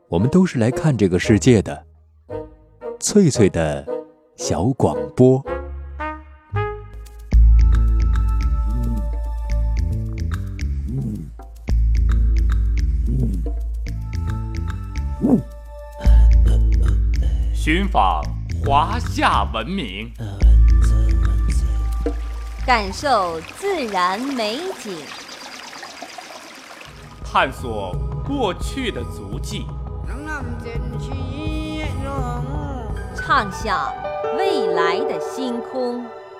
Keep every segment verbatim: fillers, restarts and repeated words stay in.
我们都是来看这个世界的。翠翠的小广播。 寻访华夏文明， 感受自然美景， 探索过去的足迹， 畅想未来的星空。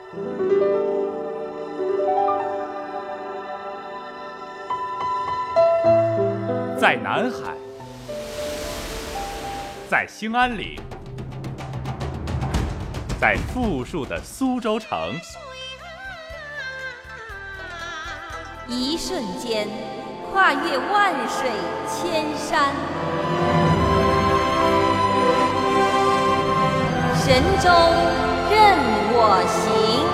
在南海，在兴安岭，在富庶的苏州城， 一瞬间跨越万水千山，神州任我行。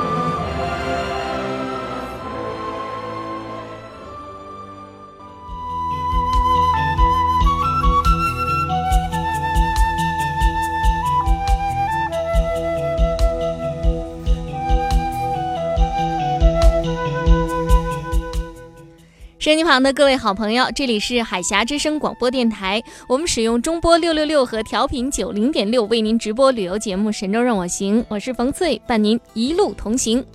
收音机旁的各位好朋友，这里是海峡之声广播电台，我们使用中波六六六和调频九零点六为您直播旅游节目《神州任我行》，我是冯翠，伴您一路同行。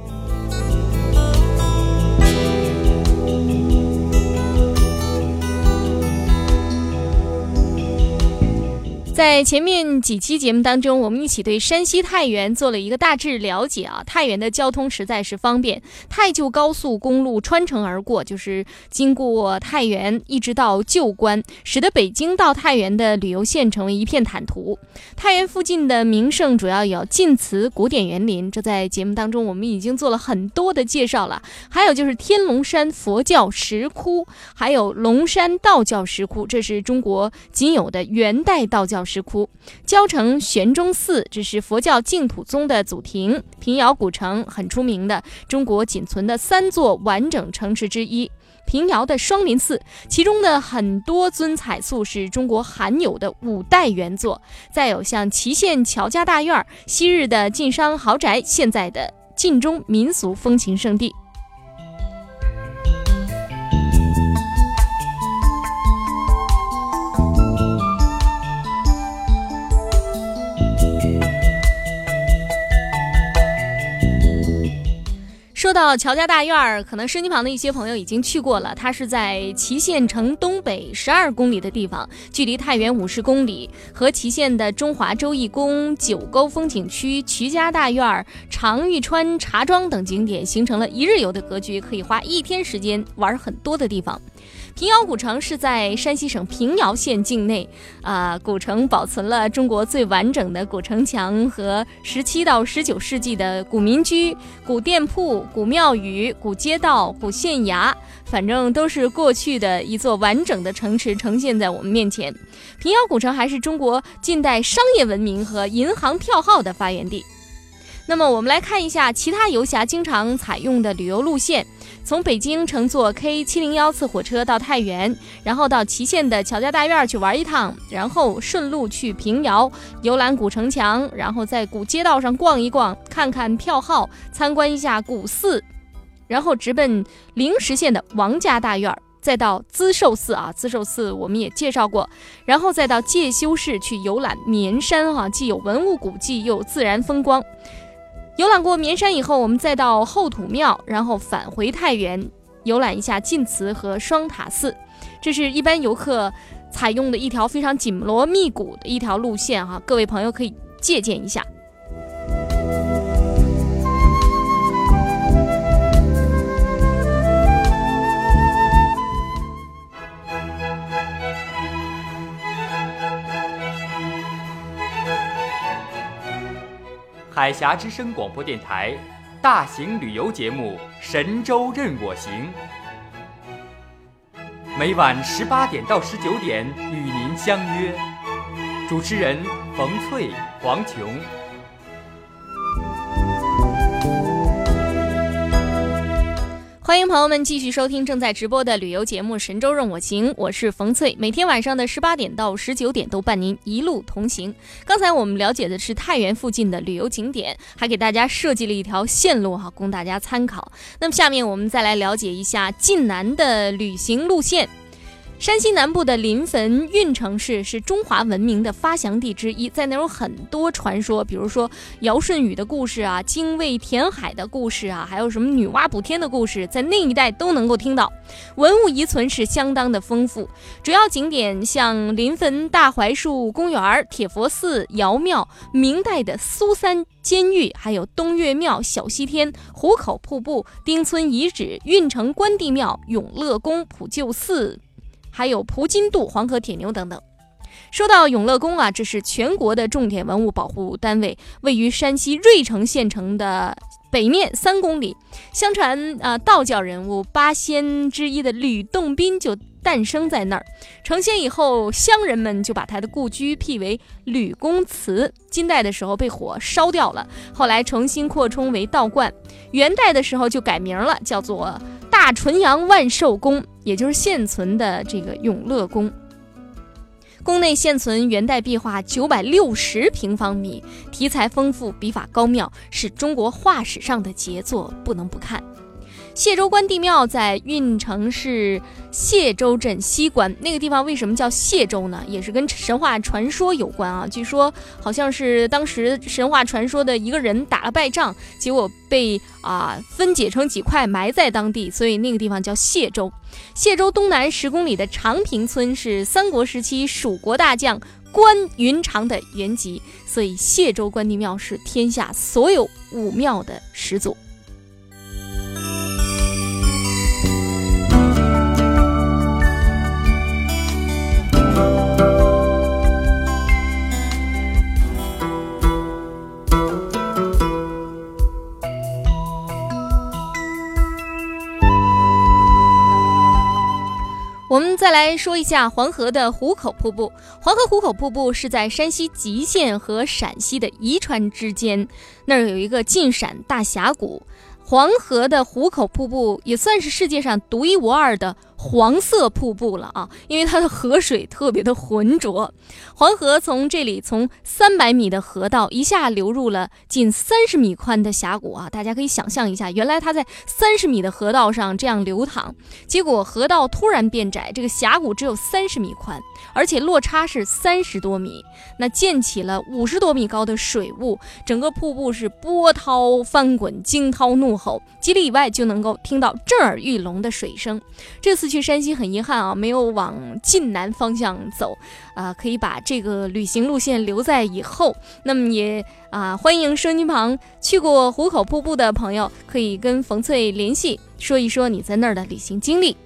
在前面几期节目当中，我们一起对山西太原做了一个大致了解啊。太原的交通实在是方便，太旧高速公路穿城而过，就是经过太原一直到旧关，使得北京到太原的旅游线成为一片坦途。太原附近的名胜主要有晋祠古典园林，这在节目当中我们已经做了很多的介绍了。还有就是天龙山佛教石窟，还有龙山道教石窟，这是中国仅有的元代道教石窟。交城玄中寺，这是佛教净土宗的祖庭。平遥古城，很出名的中国仅存的三座完整城池之一。平遥的双林寺，其中的很多尊彩塑是中国罕有的五代原作。再有像祁县乔家大院，昔日的晋商豪宅，现在的晋中民俗风情胜地。说到乔家大院，可能身机旁的一些朋友已经去过了。它是在祁县城东北十二公里的地方，距离太原五十公里，和祁县的中华周义宫、九沟风景区、瞿家大院、长峪川茶庄等景点形成了一日游的格局，可以花一天时间玩很多的地方。平遥古城是在山西省平遥县境内，啊、呃，古城保存了中国最完整的古城墙和十七到十九世纪的古民居、古店铺、古庙宇、古街道、古县衙，反正都是过去的一座完整的城池呈现在我们面前。平遥古城还是中国近代商业文明和银行票号的发源地。那么我们来看一下其他游侠经常采用的旅游路线。从北京乘坐 K 七零一次火车到太原，然后到祁县的乔家大院去玩一趟，然后顺路去平遥游览古城墙，然后在古街道上逛一逛，看看票号，参观一下古寺，然后直奔灵石县的王家大院，再到资寿寺啊，资寿寺我们也介绍过，然后再到介休市去游览绵山啊，既有文物古迹又有自然风光。游览过绵山以后，我们再到后土庙，然后返回太原，游览一下晋祠和双塔寺。这是一般游客采用的一条非常紧锣密鼓的一条路线哈，各位朋友可以借鉴一下。 海峡之声广播电台大型旅游节目《神州任我行》，每晚十八点到十九点与您相约。主持人冯翠、黄琼。 欢迎朋友们继续收听正在直播的旅游节目《神州任我行》，我是冯翠，每天晚上的十八点到十九点都伴您一路同行。刚才我们了解的是太原附近的旅游景点，还给大家设计了一条线路哈，供大家参考。那么下面我们再来了解一下晋南的旅行路线。山西南部的临汾运城市是中华文明的发祥地之一，在那有很多传说，比如说尧舜禹的故事啊，精卫填海的故事啊，还有什么女娲补天的故事，在那一带都能够听到。文物遗存是相当的丰富，主要景点像临汾大槐树公园、铁佛寺、尧庙、明代的苏三监狱，还有东岳庙、小西天、湖口瀑布、丁村遗址、运城关帝庙、永乐宫、普救寺，还有蒲金渡、黄河铁牛等等。说到永乐宫啊，这是全国的重点文物保护单位，位于山西芮城县城的北面三公里。相传啊，道教人物八仙之一的吕洞宾就诞生在那儿。成仙以后，乡人们就把他的故居辟为吕公祠。金代的时候被火烧掉了，后来重新扩充为道观。元代的时候就改名了，叫做大纯阳万寿宫，也就是现存的这个永乐宫。宫内现存元代壁画九百六十平方米，题材丰富，笔法高妙，是中国画史上的杰作，不能不看。谢州关帝庙在运城市谢州镇西关，那个地方为什么叫谢州呢？也是跟神话传说有关啊。据说好像是当时神话传说的一个人打了败仗，结果被啊、呃、分解成几块埋在当地，所以那个地方叫谢州。谢州东南十公里的长平村是三国时期蜀国大将关云长的原籍，所以谢州关帝庙是天下所有武庙的始祖。我们再来说一下黄河的湖口瀑布。黄河湖口瀑布是在山西吉县和陕西的宜川之间，那儿有一个晋陕大峡谷。黄河的湖口瀑布也算是世界上独一无二的黄色瀑布了啊，因为它的河水特别的浑浊。黄河从这里从三百米的河道一下流入了近三十米宽的峡谷啊，大家可以想象一下，原来它在三十米的河道上这样流淌，结果河道突然变窄，这个峡谷只有三十米宽，而且落差是三十多米，那溅起了五十多米高的水雾，整个瀑布是波涛翻滚，惊涛怒吼，几里以外就能够听到震耳欲聋的水声。这次去山西很遗憾啊，没有往晋南方向走啊、呃，可以把这个旅行路线留在以后。那么也啊、呃，欢迎收音机旁去过湖口瀑布的朋友，可以跟冯翠联系，说一说你在那儿的旅行经历。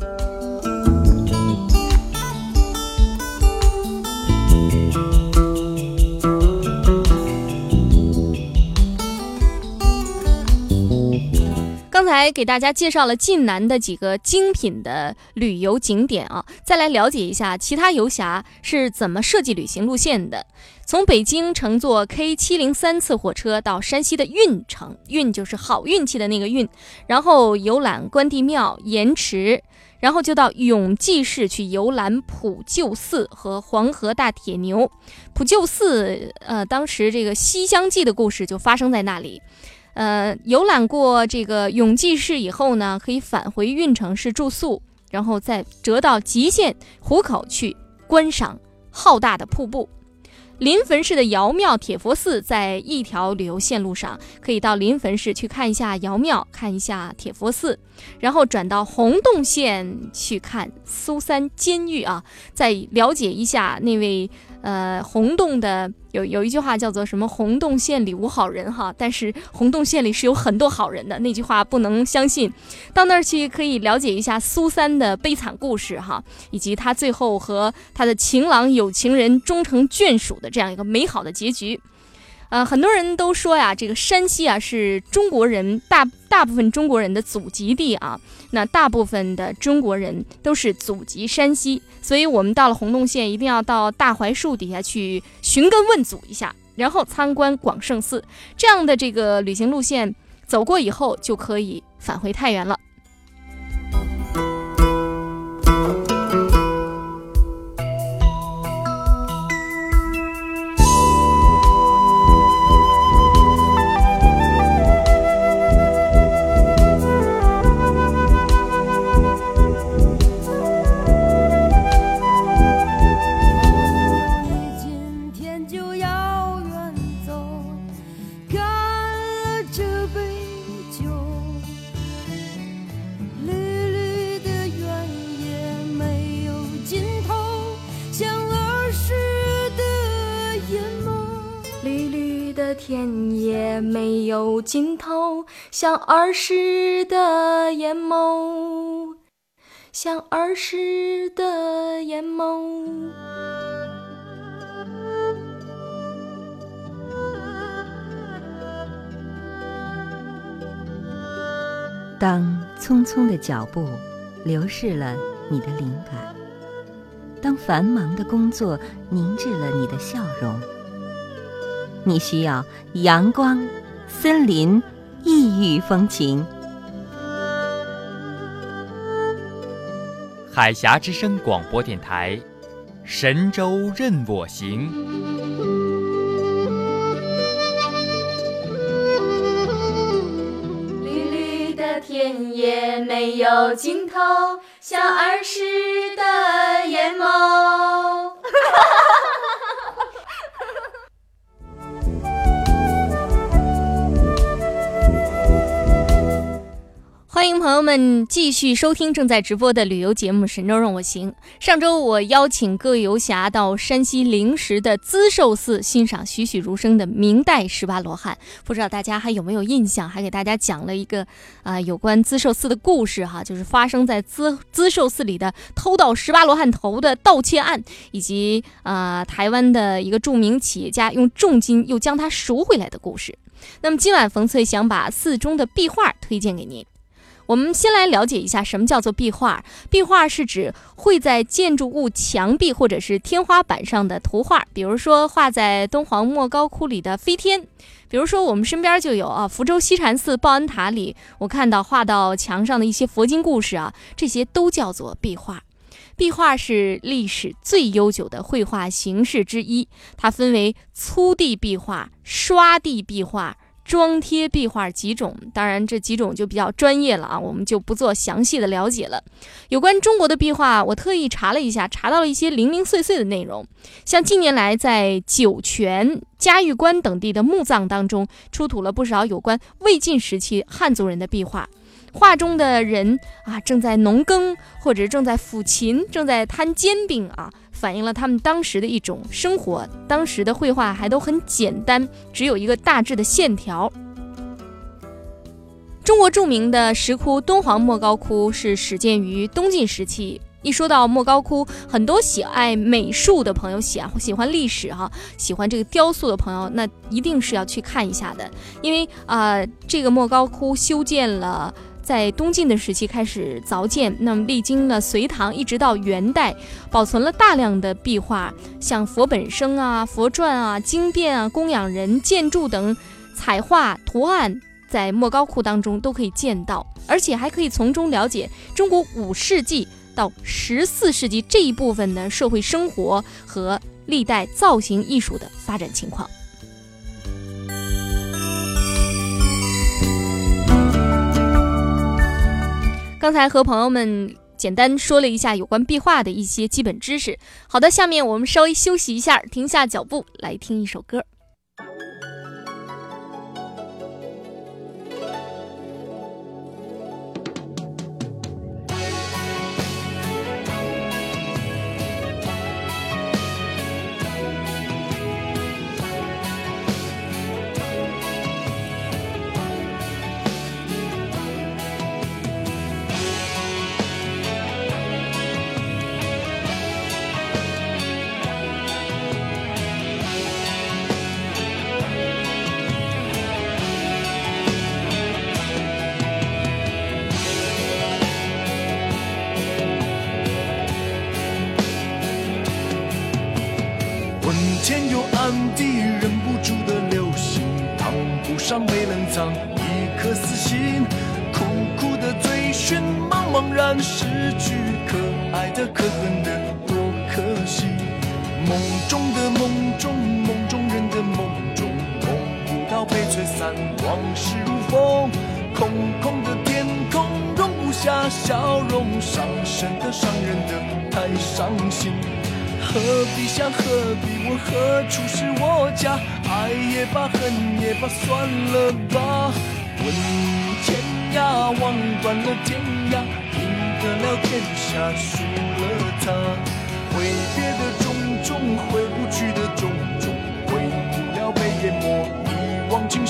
刚才给大家介绍了晋南的几个精品的旅游景点啊，再来了解一下其他游侠是怎么设计旅行路线的。从北京乘坐 K 七零三 次火车到山西的运城，运就是好运气的那个运，然后游览关帝庙、盐池，然后就到永济市去游览普救寺和黄河大铁牛。普救寺，呃，当时这个《西厢记》的故事就发生在那里。呃，游览过这个永济市以后呢，可以返回运城市住宿，然后再折到吉县湖口去观赏浩大的瀑布。临汾市的尧庙、铁佛寺在一条旅游线路上，可以到临汾市去看一下尧庙，看一下铁佛寺，然后转到洪洞县去看苏三监狱啊，再了解一下那位呃洪洞的有有一句话叫做什么洪洞县里无好人哈，但是洪洞县里是有很多好人的，那句话不能相信。到那儿去可以了解一下苏三的悲惨故事哈，以及他最后和他的情郎有情人终成眷属的这样一个美好的结局。呃，很多人都说呀，这个山西啊是中国人大大部分中国人的祖籍地啊，那大部分的中国人都是祖籍山西，所以我们到了洪洞县一定要到大槐树底下去寻根问祖一下，然后参观广胜寺，这样的这个旅行路线走过以后就可以返回太原了。 田野没有尽头，像儿时的眼眸，像儿时的眼眸。 当匆匆的脚步流逝了你的灵感，当繁忙的工作凝滞了你的笑容，你需要阳光、森林、异域风情。 海峡之声广播电台，神州任我行。 田野没有尽头，像儿时的眼眸。 欢迎朋友们继续收听正在直播的旅游节目《神州任我行》。上周我邀请各位游侠到山西灵石的资寿寺欣赏栩栩如生的明代十八罗汉，不知道大家还有没有印象？还给大家讲了一个啊、呃、有关资寿寺的故事哈，就是发生在资资寿寺里的偷盗十八罗汉头的盗窃案，以及啊、呃、台湾的一个著名企业家用重金又将它赎回来的故事。那么今晚冯翠想把寺中的壁画推荐给您。我们先来了解一下什么叫做壁画。壁画是指绘在建筑物墙壁或者是天花板上的图画，比如说画在敦煌莫高窟里的飞天，比如说我们身边就有啊，福州西禅寺报恩塔里我看到画到墙上的一些佛经故事啊，这些都叫做壁画。壁画是历史最悠久的绘画形式之一，它分为粗地壁画、刷地壁画、装贴壁画几种，当然这几种就比较专业了啊，我们就不做详细的了解了。有关中国的壁画，我特意查了一下，查到了一些零零碎碎的内容，像近年来在酒泉、嘉峪关等地的墓葬当中，出土了不少有关魏晋时期汉族人的壁画。画中的人啊，正在农耕，或者正在抚琴，正在摊煎饼啊，反映了他们当时的一种生活。当时的绘画还都很简单，只有一个大致的线条。中国著名的石窟敦煌莫高窟是始建于东晋时期。一说到莫高窟，很多喜爱美术的朋友，喜喜欢历史哈，喜欢这个雕塑的朋友，那一定是要去看一下的。因为啊、呃，这个莫高窟修建了。在东晋的时期开始凿建，那么历经了隋唐一直到元代，保存了大量的壁画，像佛本生啊、佛传啊、经变啊、供养人、建筑等彩画图案，在莫高窟当中都可以见到，而且还可以从中了解中国五世纪到十四世纪这一部分的社会生活和历代造型艺术的发展情况。刚才和朋友们简单说了一下有关壁画的一些基本知识。好的，下面我们稍微休息一下，停下脚步来听一首歌。 前有暗地忍不住的流星，烫不上没能藏一颗死心，苦苦的追寻，茫茫然失去，可爱的可恨的多可惜。梦中的梦中，梦中人的梦中，梦不到被吹散，往事如风，空空的天空容不下笑容，伤神的伤人的太伤心。何必想何必，我何处是我家？爱也罢，恨也罢，算了吧。问天涯，望断了天涯，赢得了天下，输了他。挥别的种种，回不去的种种，回不了被淹没一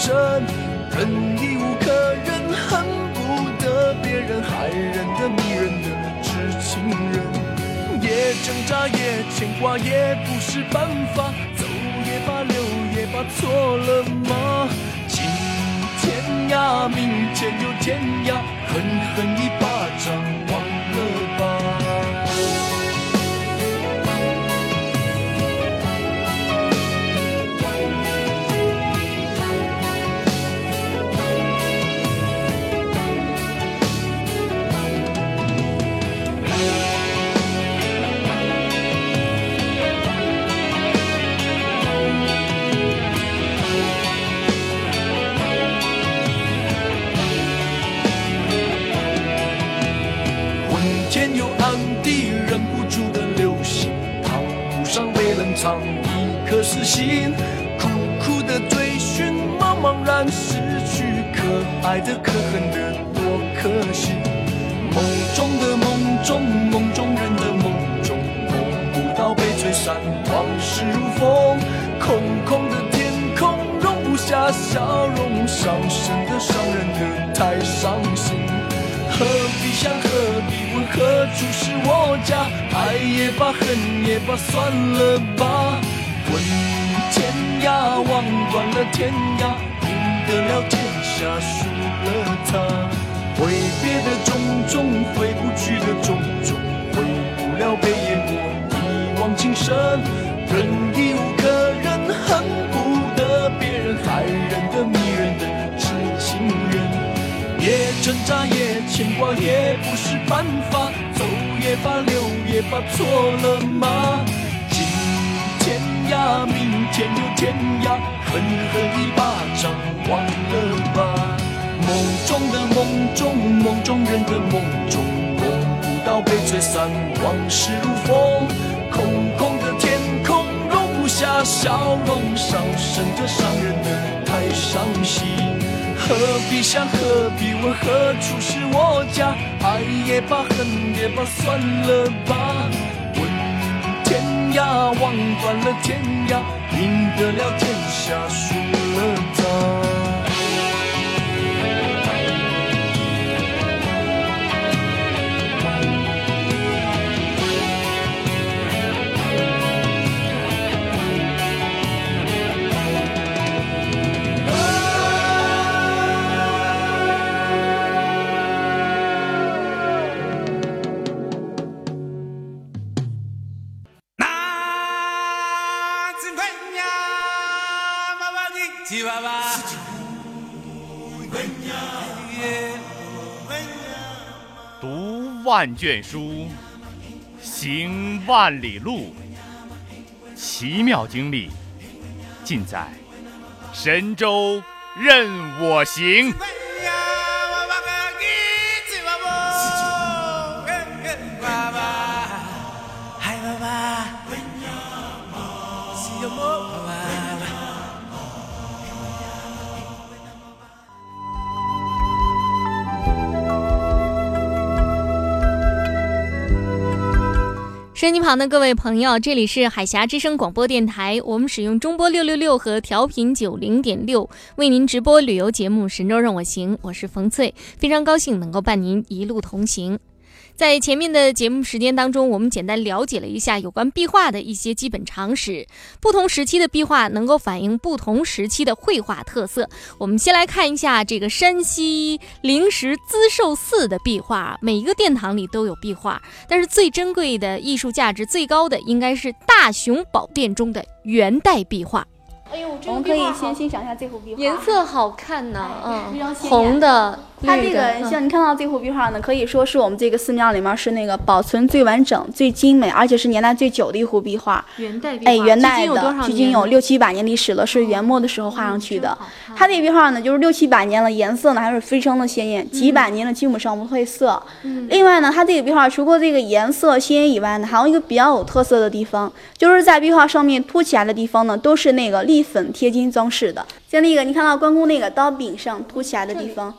深，人已无可忍，恨不得别人害人的迷人的痴情人。也挣扎也牵挂也不是办法，走也罢留也罢，错了吗？今天呀明天又天呀，狠狠一巴掌忘了吧。天有暗地，忍不住的流星，烫不上被冷藏一颗死心，苦苦的追寻，茫茫然失去，可爱的可恨的多可惜。梦中的梦中，梦中人的梦中，梦不到被吹散，往事如风，空空的天空容不下笑容，伤神的伤人的太伤心。何必想何必问何处是我家，爱也罢恨也罢算了吧。问天涯望断了天涯，赢得了天下输了他。挥别的种种，回不去的种种，回不了被淹没一往情深。人已无可忍，恨不得别人害人的迷人的痴情人。也挣扎也牵挂也不是办法，走也罢留也罢，错了吗？今天呀明天又天呀，狠狠一巴掌忘了吧。梦中的梦中，梦中人的梦中，梦不到被吹散，往事如风，空空的天空容不下笑容，伤神的伤人的太伤心。何必想何必问何处是我家，爱也罢恨也罢算了吧。问天涯望断了天涯，赢得了天下输了他。 读万卷书，行万里路，奇妙经历尽在神州任我行。 收音机旁的各位朋友，这里是海峡之声广播电台，我们使用中波六六六和调频九零点六为您直播旅游节目《神州任我行》，我是冯翠，非常高兴能够伴您一路同行。在前面的节目时间当中，我们简单了解了一下有关壁画的一些基本常识。不同时期的壁画能够反映不同时期的绘画特色。我们先来看一下这个山西灵石资寿寺的壁画，每一个殿堂里都有壁画，但是最珍贵的、艺术价值最高的应该是大雄宝殿中的元代壁画。 哎呦，这我们可以先欣赏一下这幅壁画， 颜色好看呢， 嗯，非常鲜艳， 红的。 它这个像你看到这幅壁画呢，可以说是我们这个寺庙里面是那个保存最完整、最精美，而且是年代最久的一幅壁画。 元代壁画， 哎，元代的， 距今有六七百年历史了，是元末的时候画上去的。嗯、它这个壁画呢，就是六七百年了，颜色呢还是非常的鲜艳，几百年了基本上不褪色。嗯、另外呢，它这个壁画除了这个颜色鲜艳以外呢，还有一个比较有特色的地方，就是在壁画上面凸起来的地方呢，都是那个立粉贴金装饰的。像那个你看到关公那个刀柄上凸起来的地方，哦，哎。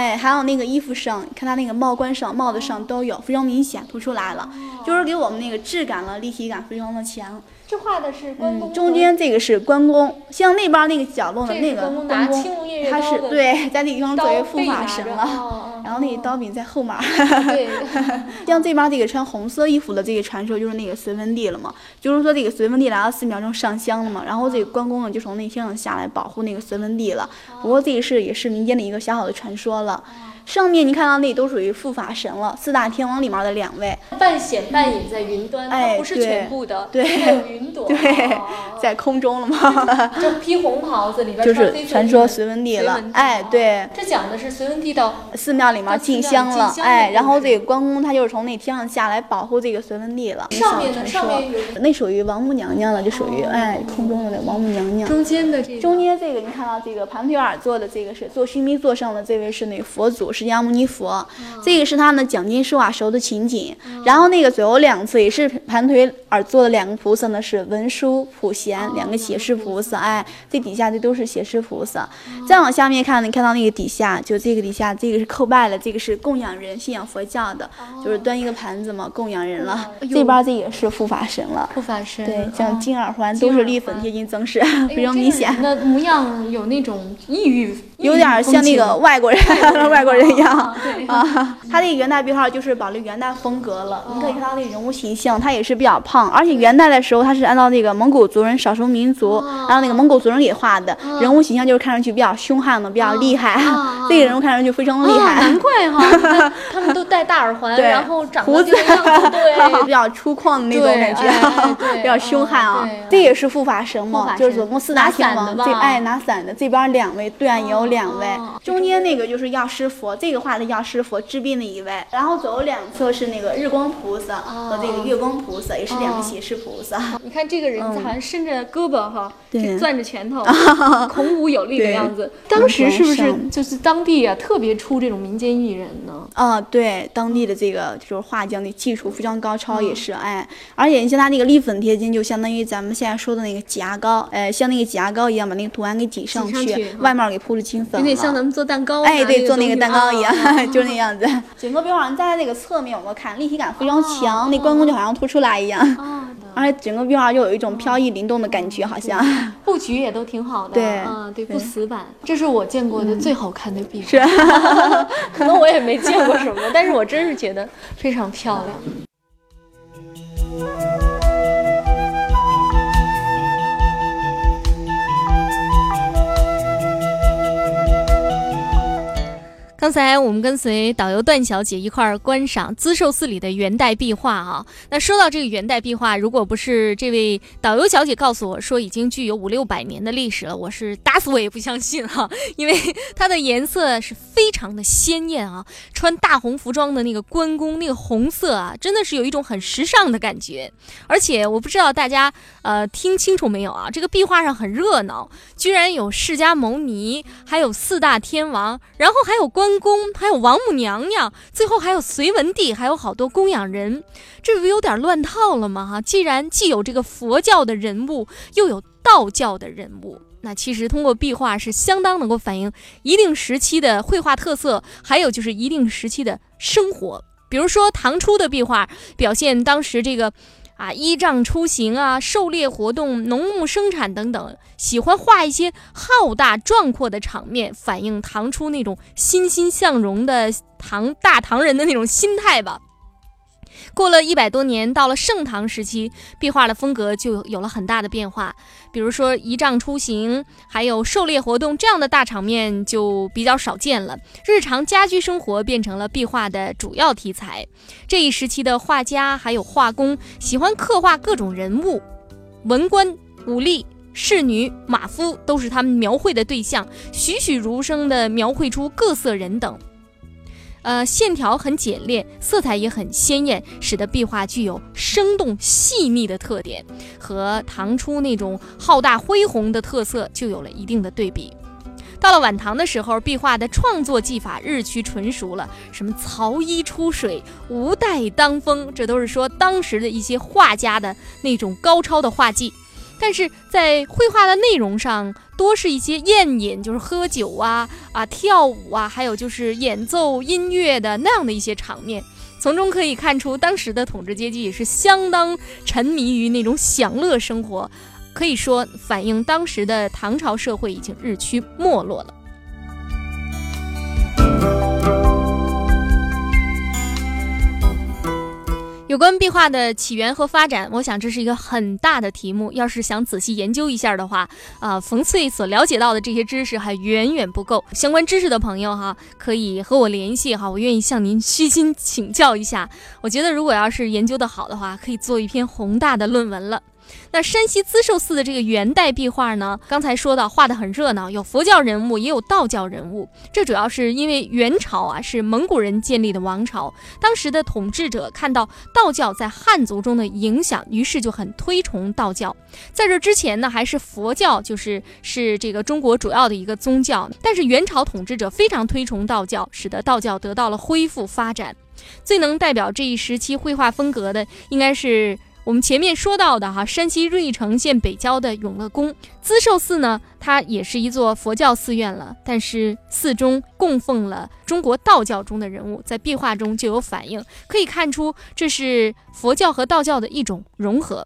哎，还有那个衣服上，看它那个帽冠上、帽子上都有，非常明显凸出来了，就是给我们那个质感了，立体感非常的强。 这画的是关公、 嗯，中间这个是关公，像那边那个角落的那个关公，他是对在那个地方作为护法神了，哦、然后那个刀柄在后面。对，像这边这个穿红色衣服的这个传说就是那个隋文帝了嘛，就是说这个隋文帝来到寺庙中上香了嘛，然后这个关公呢就从那天上下来保护那个隋文帝了。不过这个是也是民间的一个小小的传说了。上面你看到那都属于护法神了，四大天王里面的两位， 半显半隐在云端， 哎， 它不是全部的， 对， 还有云朵， 对，哦、在空中了嘛。 这披红袍子里边就是传说隋文帝了，哎，对， 这讲的是隋文帝到寺庙里面进香了，哎，然后这个关公他就是从那天上下来保护这个隋文帝了。 上面呢，上面有那属于王母娘娘了，就属于、哦、哎空中的王母娘娘。 中间的这个， 中间这个你看到这个盘腿耳坐的这个是坐须弥座上的这位是那个佛祖释迦牟尼佛。哦、这个是他的讲经说法时候的情景、哦、然后那个左右两侧也是盘腿耳坐的两个菩萨呢是文殊普贤、哦、两个胁侍菩萨，哎，这底下这都是胁侍菩萨、哦、再往下面看你看到那个底下就这个底下这个是叩拜了，这个是供养人，信仰佛教的、哦、就是端一个盘子嘛供养人了、哦、这边这也是护法神了， 护法神对，像金耳环、哦、都是立粉贴金增饰、哎、非常明显。 那模样有那种异域， 有点像那个外国人外国人一样、 哦、对啊，他这个元代壁画就是保留元代风格了、哦、你可以看到那个人物形象他也是比较胖，而且元代的时候他是按照那个蒙古族人少数民族、哦、然后那个蒙古族人给画的、哦、人物形象就是看上去比较凶悍的比较厉害、哦、这个人物看上去非常厉害、 哦、难怪哈他们都戴大耳环然后长得这个样子对比较粗犷的那种感觉、哎、比较凶悍啊、哦、这也是护法神嘛，就是总共四大天王，这哎拿伞的这边两位对岸也有两位、哦、中间那个就是药师佛，这个画的药师佛治病的一位，然后左右两侧是那个日光菩萨和这个月光菩萨、哦、也是两个胁侍菩萨、哦、 你看这个人好像伸着胳膊哈、 嗯、 攥着拳头孔武有力的样子，当时是不是就是当地啊特别出这种民间艺人呢？ 啊、哦，对，当地的这个就是画匠的技术非常高超，也是、嗯、哎，而且你像他那个立粉贴金就相当于咱们现在说的那个挤牙膏，哎，像那个挤牙膏一样把那个图案给挤上去， 上去外面给铺了金粉了， 有点像咱们做蛋糕， 哎，对，做那个蛋糕一样、 哦、 就那样子。整个壁画在那个侧面我们看立体感非常强、哦、那关公就好像凸出来一样、哦、而且整个壁画就有一种飘逸灵动的感觉，好像布局也都挺好的， 对啊，对，不死板，这是我见过的最好看的壁画、 嗯、是可能我也没见过什么但是我真是觉得非常漂亮。刚才我们跟随导游段小姐一块儿观赏资寿寺里的元代壁画啊。那说到这个元代壁画，如果不是这位导游小姐告诉我说已经具有五六百年的历史了，我是打死我也不相信哈、啊，因为它的颜色是非常的鲜艳啊，穿大红服装的那个关公那个红色啊，真的是有一种很时尚的感觉。而且我不知道大家呃听清楚没有啊，这个壁画上很热闹，居然有释迦牟尼，还有四大天王，然后还有关公，还有王母娘娘，最后还有隋文帝，还有好多供养人，这不有点乱套了吗？哈，既然既有这个佛教的人物，又有道教的人物，那其实通过壁画是相当能够反映一定时期的绘画特色，还有就是一定时期的生活。比如说唐初的壁画，表现当时这个啊，依仗出行啊，狩猎活动、农牧生产等等，喜欢画一些浩大壮阔的场面，反映唐初那种欣欣向荣的唐大唐人的那种心态吧。过了一百多年，到了盛唐时期，壁画的风格就有了很大的变化。比如说仪仗出行，还有狩猎活动这样的大场面就比较少见了，日常家居生活变成了壁画的主要题材。这一时期的画家还有画工喜欢刻画各种人物，文官、武吏、仕女、马夫都是他们描绘的对象，栩栩如生地描绘出各色人等。呃，线条很简练，色彩也很鲜艳，使得壁画具有生动细腻的特点，和唐初那种浩大恢宏的特色就有了一定的对比。到了晚唐的时候，壁画的创作技法日趋纯熟了，什么曹衣出水、吴带当风，这都是说当时的一些画家的那种高超的画技。 但是在绘画的内容上多是一些宴饮，就是喝酒啊啊跳舞啊，还有就是演奏音乐的那样的一些场面。从中可以看出，当时的统治阶级也是相当沉迷于那种享乐生活，可以说反映当时的唐朝社会已经日趋没落了。有关壁画的起源和发展，我想这是一个很大的题目。要是想仔细研究一下的话，啊、呃，冯翠所了解到的这些知识还远远不够。相关知识的朋友哈，可以和我联系哈，我愿意向您虚心请教一下。我觉得如果要是研究的好的话，可以做一篇宏大的论文了。那山西资寿寺的这个元代壁画呢，刚才说到画得很热闹，有佛教人物也有道教人物。这主要是因为元朝啊是蒙古人建立的王朝，当时的统治者看到道教在汉族中的影响，于是就很推崇道教。在这之前呢，还是佛教，就是是这个中国主要的一个宗教。但是元朝统治者非常推崇道教，使得道教得到了恢复发展。最能代表这一时期绘画风格的，应该是我们前面说到的哈，山西芮城县北郊的永乐宫。资寿寺呢，它也是一座佛教寺院了，但是寺中供奉了中国道教中的人物，在壁画中就有反映，可以看出这是佛教和道教的一种融合。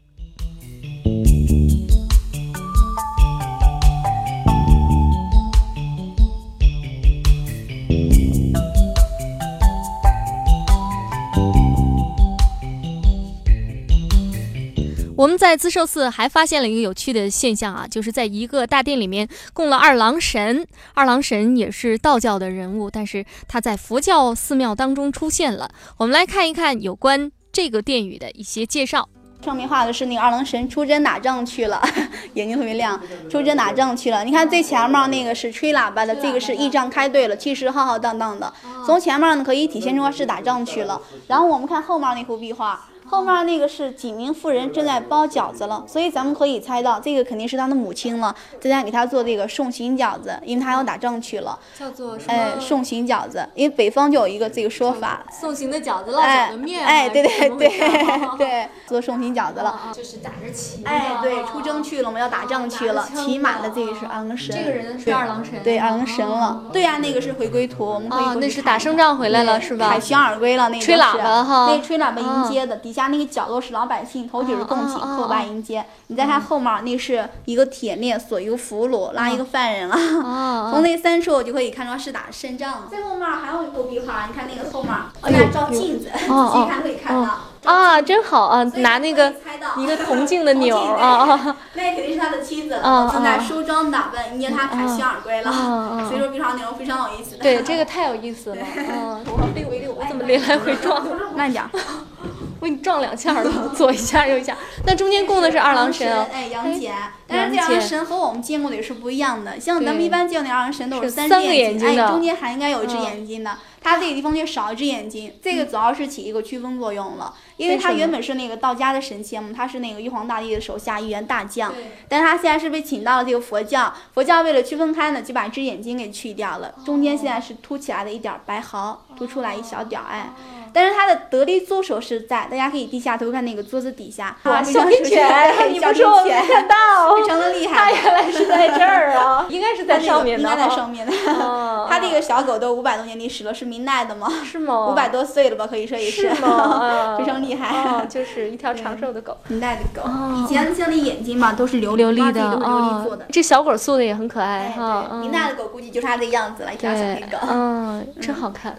我们在资寿寺还发现了一个有趣的现象啊，就是在一个大殿里面供了二郎神，二郎神也是道教的人物，但是他在佛教寺庙当中出现了。我们来看一看有关这个殿宇的一些介绍。 上面画的是那个二郎神出征打仗去了，眼睛特别亮，出征打仗去了。你看最前面那个是吹喇叭的，这个是仪仗开队了，气势浩浩荡荡的。从前面呢可以体现出是打仗去了。然后我们看后面那幅壁画，后面那个是景明妇人正在包饺子了，所以咱们可以猜到这个肯定是他的母亲了，在家给他做这个送行饺子，因为他要打仗去了， 叫做什么？ 哎，送行饺子，因为北方就有一个这个说法， 送行的饺子，烙饺的面， 哎，哎对对对对，做送行饺子了， 哦、就是打着旗， 哎，对，出征去了，我们要打仗去了，骑马的这个是二郎神， 这个人是二郎神， 对，二郎神了，对呀、啊，那个是回归图，我们可以哦，那是打胜仗回来了是吧？ 凯旋而归了，那个吹喇叭哈， 那吹喇叭迎接的，底下那个角落是老百姓头顶是供给，后拜迎接。你再看后面，那是一个铁链锁一个俘虏，拉一个犯人了。从那三处就可以看出是打胜仗了。在后面还有一幅壁画，你看那个后面，大家照镜子，仔细看可以看到。 啊，真好啊！拿那个一个铜镜的钮啊， 那肯定是他的妻子了，正在梳妆打扮，迎接他凯旋而归了。所以说壁画内容非常有意思。 对，这个太有意思了。嗯，我溜一溜，我怎么连来回撞？ 慢点。 我给你撞两下了，左一下右一下。那中间供的是二郎神啊， 哎，杨戬。但是这二郎神和我们见过的也是不一样的，像咱们一般见的二郎神都是三个眼睛的，哎，中间还应该有一只眼睛的。它这个地方就少一只眼睛，这个主要是起一个区分作用了，因为它原本是那个道家的神仙嘛，他是那个玉皇大帝的手下一员大将，但是他现在是被请到了这个佛教，佛教为了区分开呢，就把一只眼睛给去掉了，中间现在是凸起来的一点白毫，凸出来一小点哎。但是他的得力助手是在，大家可以低下头看那个桌子底下， 啊，小皮拳，你不说我没看到， 非常的厉害。 他原来是在这儿啊，应该是在上面的， 应该在上面的。他这个小狗都五百多年历史了，是明代的吗？ 是吗？ 五百多岁了吧，可以说也是。是吗？ 非常厉害。 哦，就是一条长寿的狗。 明代的狗，以前像那眼睛嘛，都是琉琉璃的， 琉璃做的。 这小狗塑的也很可爱哈。明代的狗估计就是它这样子了，一条小黑狗。 嗯，真好看。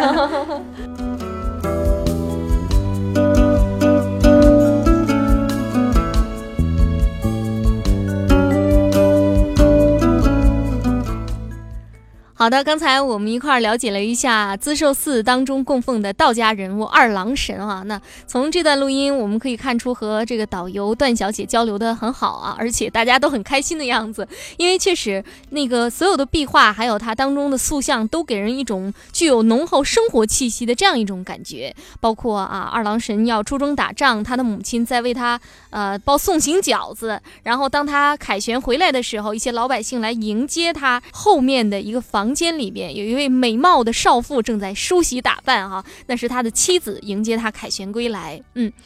好的，刚才我们一块儿了解了一下资寿寺当中供奉的道家人物二郎神啊。那从这段录音我们可以看出和这个导游段小姐交流的很好啊，而且大家都很开心的样子，因为确实那个所有的壁画还有它当中的塑像都给人一种具有浓厚生活气息的这样一种感觉，包括啊二郎神要出征打仗，他的母亲在为他呃包送行饺子，然后当他凯旋回来的时候，一些老百姓来迎接他，后面的一个房间里边有一位美貌的少妇正在梳洗打扮哈、啊，那是他的妻子迎接他凯旋归来。嗯，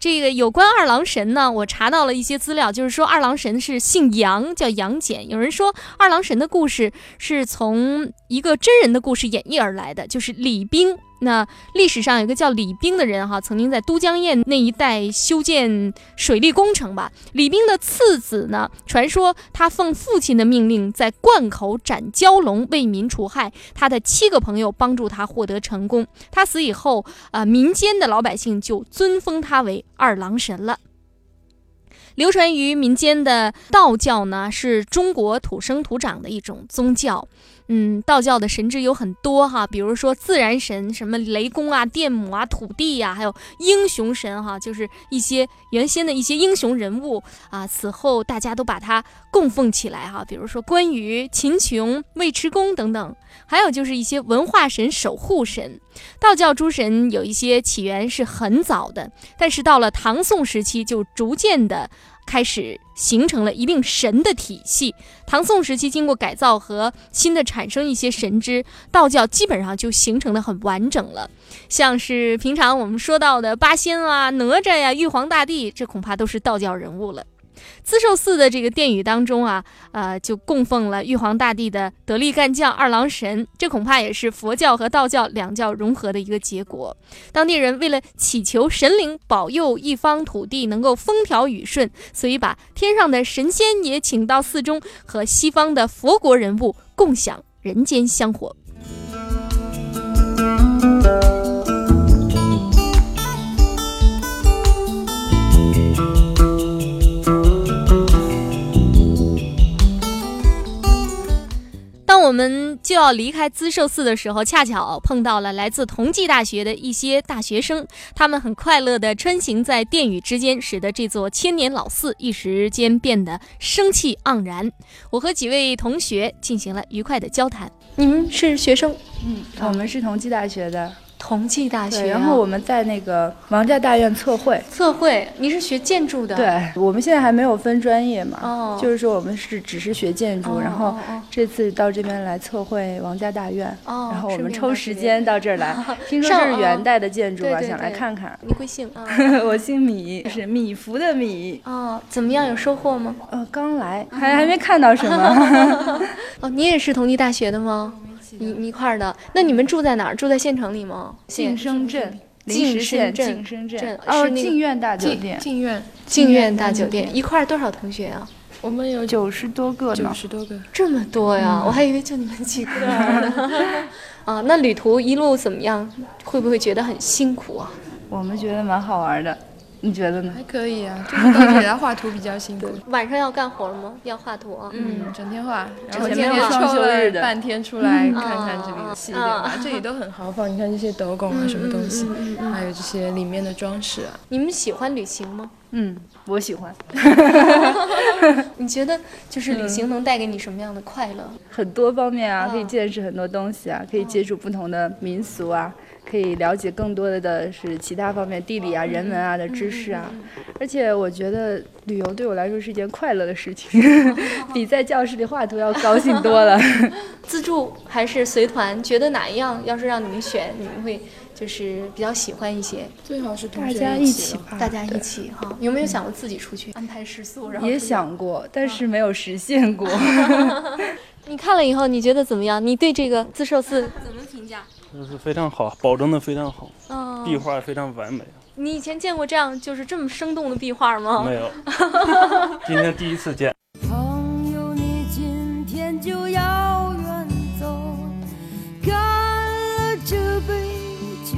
这个有关二郎神呢，我查到了一些资料，就是说二郎神是姓杨，叫杨戬。有人说二郎神的故事是从一个真人的故事演绎而来的，就是李冰。那历史上有一个叫李冰的人哈，曾经在都江堰那一带修建水利工程吧。李冰的次子呢，传说他奉父亲的命令在灌口斩蛟龙，为民除害。他的七个朋友帮助他获得成功。他死以后，啊、呃，民间的老百姓就尊封他为二郎神了。流传于民间的道教呢，是中国土生土长的一种宗教。嗯，道教的神只有很多哈，比如说自然神，什么雷公啊、电母啊、土地呀、啊，还有英雄神哈，就是一些原先的一些英雄人物啊，此后大家都把它供奉起来哈，比如说关羽、秦琼、尉迟恭等等，还有就是一些文化神、守护神。道教诸神有一些起源是很早的，但是到了唐宋时期就逐渐的开始形成了一定神的体系。唐宋时期经过改造和新的产生一些神支，道教基本上就形成的很完整了。像是平常我们说到的八仙啊、哪吒呀、玉皇大帝，这恐怕都是道教人物了。资寿寺的这个殿宇当中啊，呃，就供奉了玉皇大帝的得力干将二郎神，这恐怕也是佛教和道教两教融合的一个结果。当地人为了祈求神灵保佑一方土地能够风调雨顺，所以把天上的神仙也请到寺中，和西方的佛国人物共享人间香火。当我们就要离开资寿寺的时候，恰巧碰到了来自同济大学的一些大学生，他们很快乐地穿行在殿宇之间，使得这座千年老寺一时间变得生气盎然。我和几位同学进行了愉快的交谈。你们是学生？ 嗯，我们是同济大学的。 同济大学、啊， 然后我们在那个王家大院测绘。 测绘，你是学建筑的？ 对，我们现在还没有分专业嘛， 哦、 就是说我们是只是学建筑， 哦、 然后这次到这边来测绘王家大院， 哦、 然后我们抽时间到这儿来，哦、听说这是元代的建筑吧，哦、想来看看。 你贵姓？啊、 我姓米，是米芾的米。 哦，怎么样？有收获吗？ 呃，刚来，还还没看到什么。 哦，你也是同济大学的吗？一一块儿的，那你们住在哪儿？住在县城里吗？ 晋升镇，临时县晋升镇。 哦， 晋苑大酒店。 晋苑， 晋苑大酒店，一块儿多少同学啊？ 我们有九十多个呢。 九十多个， 这么多呀！嗯、我还以为就你们几个呢。啊，那旅途一路怎么样？会不会觉得很辛苦啊？ 我们觉得蛮好玩的。你觉得呢？ 还可以啊，就是到给他画图比较辛苦。 晚上要干活了吗？要画图啊？ 嗯，整天画，然后今天抽了半天出来嗯、 看看这里的细节吧。嗯、这里都很豪放，你看这些斗拱啊，什么东西， 嗯嗯嗯、 还有这些里面的装饰啊。 你们喜欢旅行吗？ 嗯，我喜欢。 你觉得就是旅行能带给你什么样的快乐？ 嗯、很多方面啊，可以见识很多东西啊，可以接触不同的民俗啊。可以了解更多的是其他方面地理啊、人文啊的知识啊，而且我觉得旅游对我来说是一件快乐的事情，比在教室里画图要高兴多了。 自助还是随团？觉得哪一样要是让你们选，你们会就是比较喜欢一些？ 最好是同学大家一起吧， 大家一起哈。有没有想过自己出去安排食宿？然后也想过，但是没有实现过。 你看了以后，你觉得怎么样？你对这个资寿寺怎么评价？ 就是非常好，保证的非常好， 哦、 壁画非常完美。 你以前见过这样就是这么生动的壁画吗？ 没有，今天第一次见。 朋友，你今天就要远走，干了这杯酒，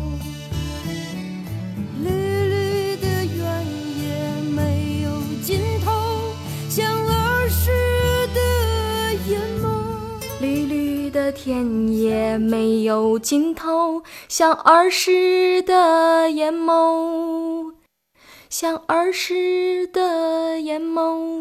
绿绿的原野没有尽头，像儿时的眼眸。 绿绿的田野没有尽头，像儿时的眼眸，像儿时的眼眸。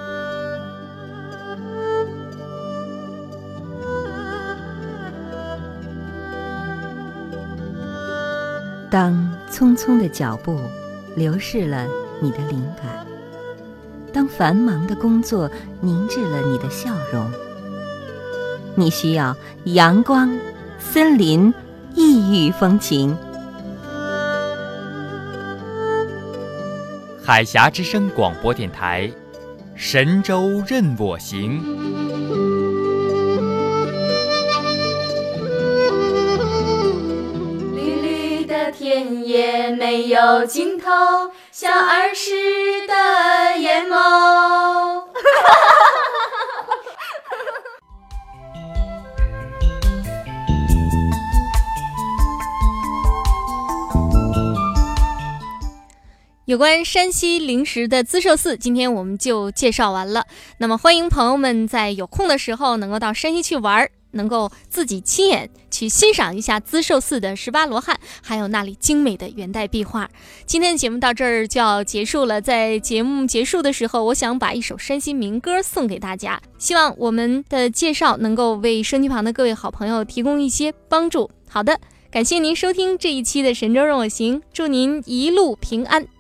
当匆匆的脚步流逝了你的灵感，当繁忙的工作凝滞了你的笑容，你需要阳光、森林、异域风情。 海峡之声广播电台，神州任我行。 绿绿的田野没有尽头，像儿时的眼眸。 有关山西灵石的资寿寺，今天我们就介绍完了。那么欢迎朋友们在有空的时候能够到山西去玩，能够自己亲眼去欣赏一下资寿寺的十八罗汉，还有那里精美的元代壁画。今天的节目到这儿就要结束了，在节目结束的时候，我想把一首山西民歌送给大家，希望我们的介绍能够为收音机旁的各位好朋友提供一些帮助。好的，感谢您收听这一期的神州任我行，祝您一路平安。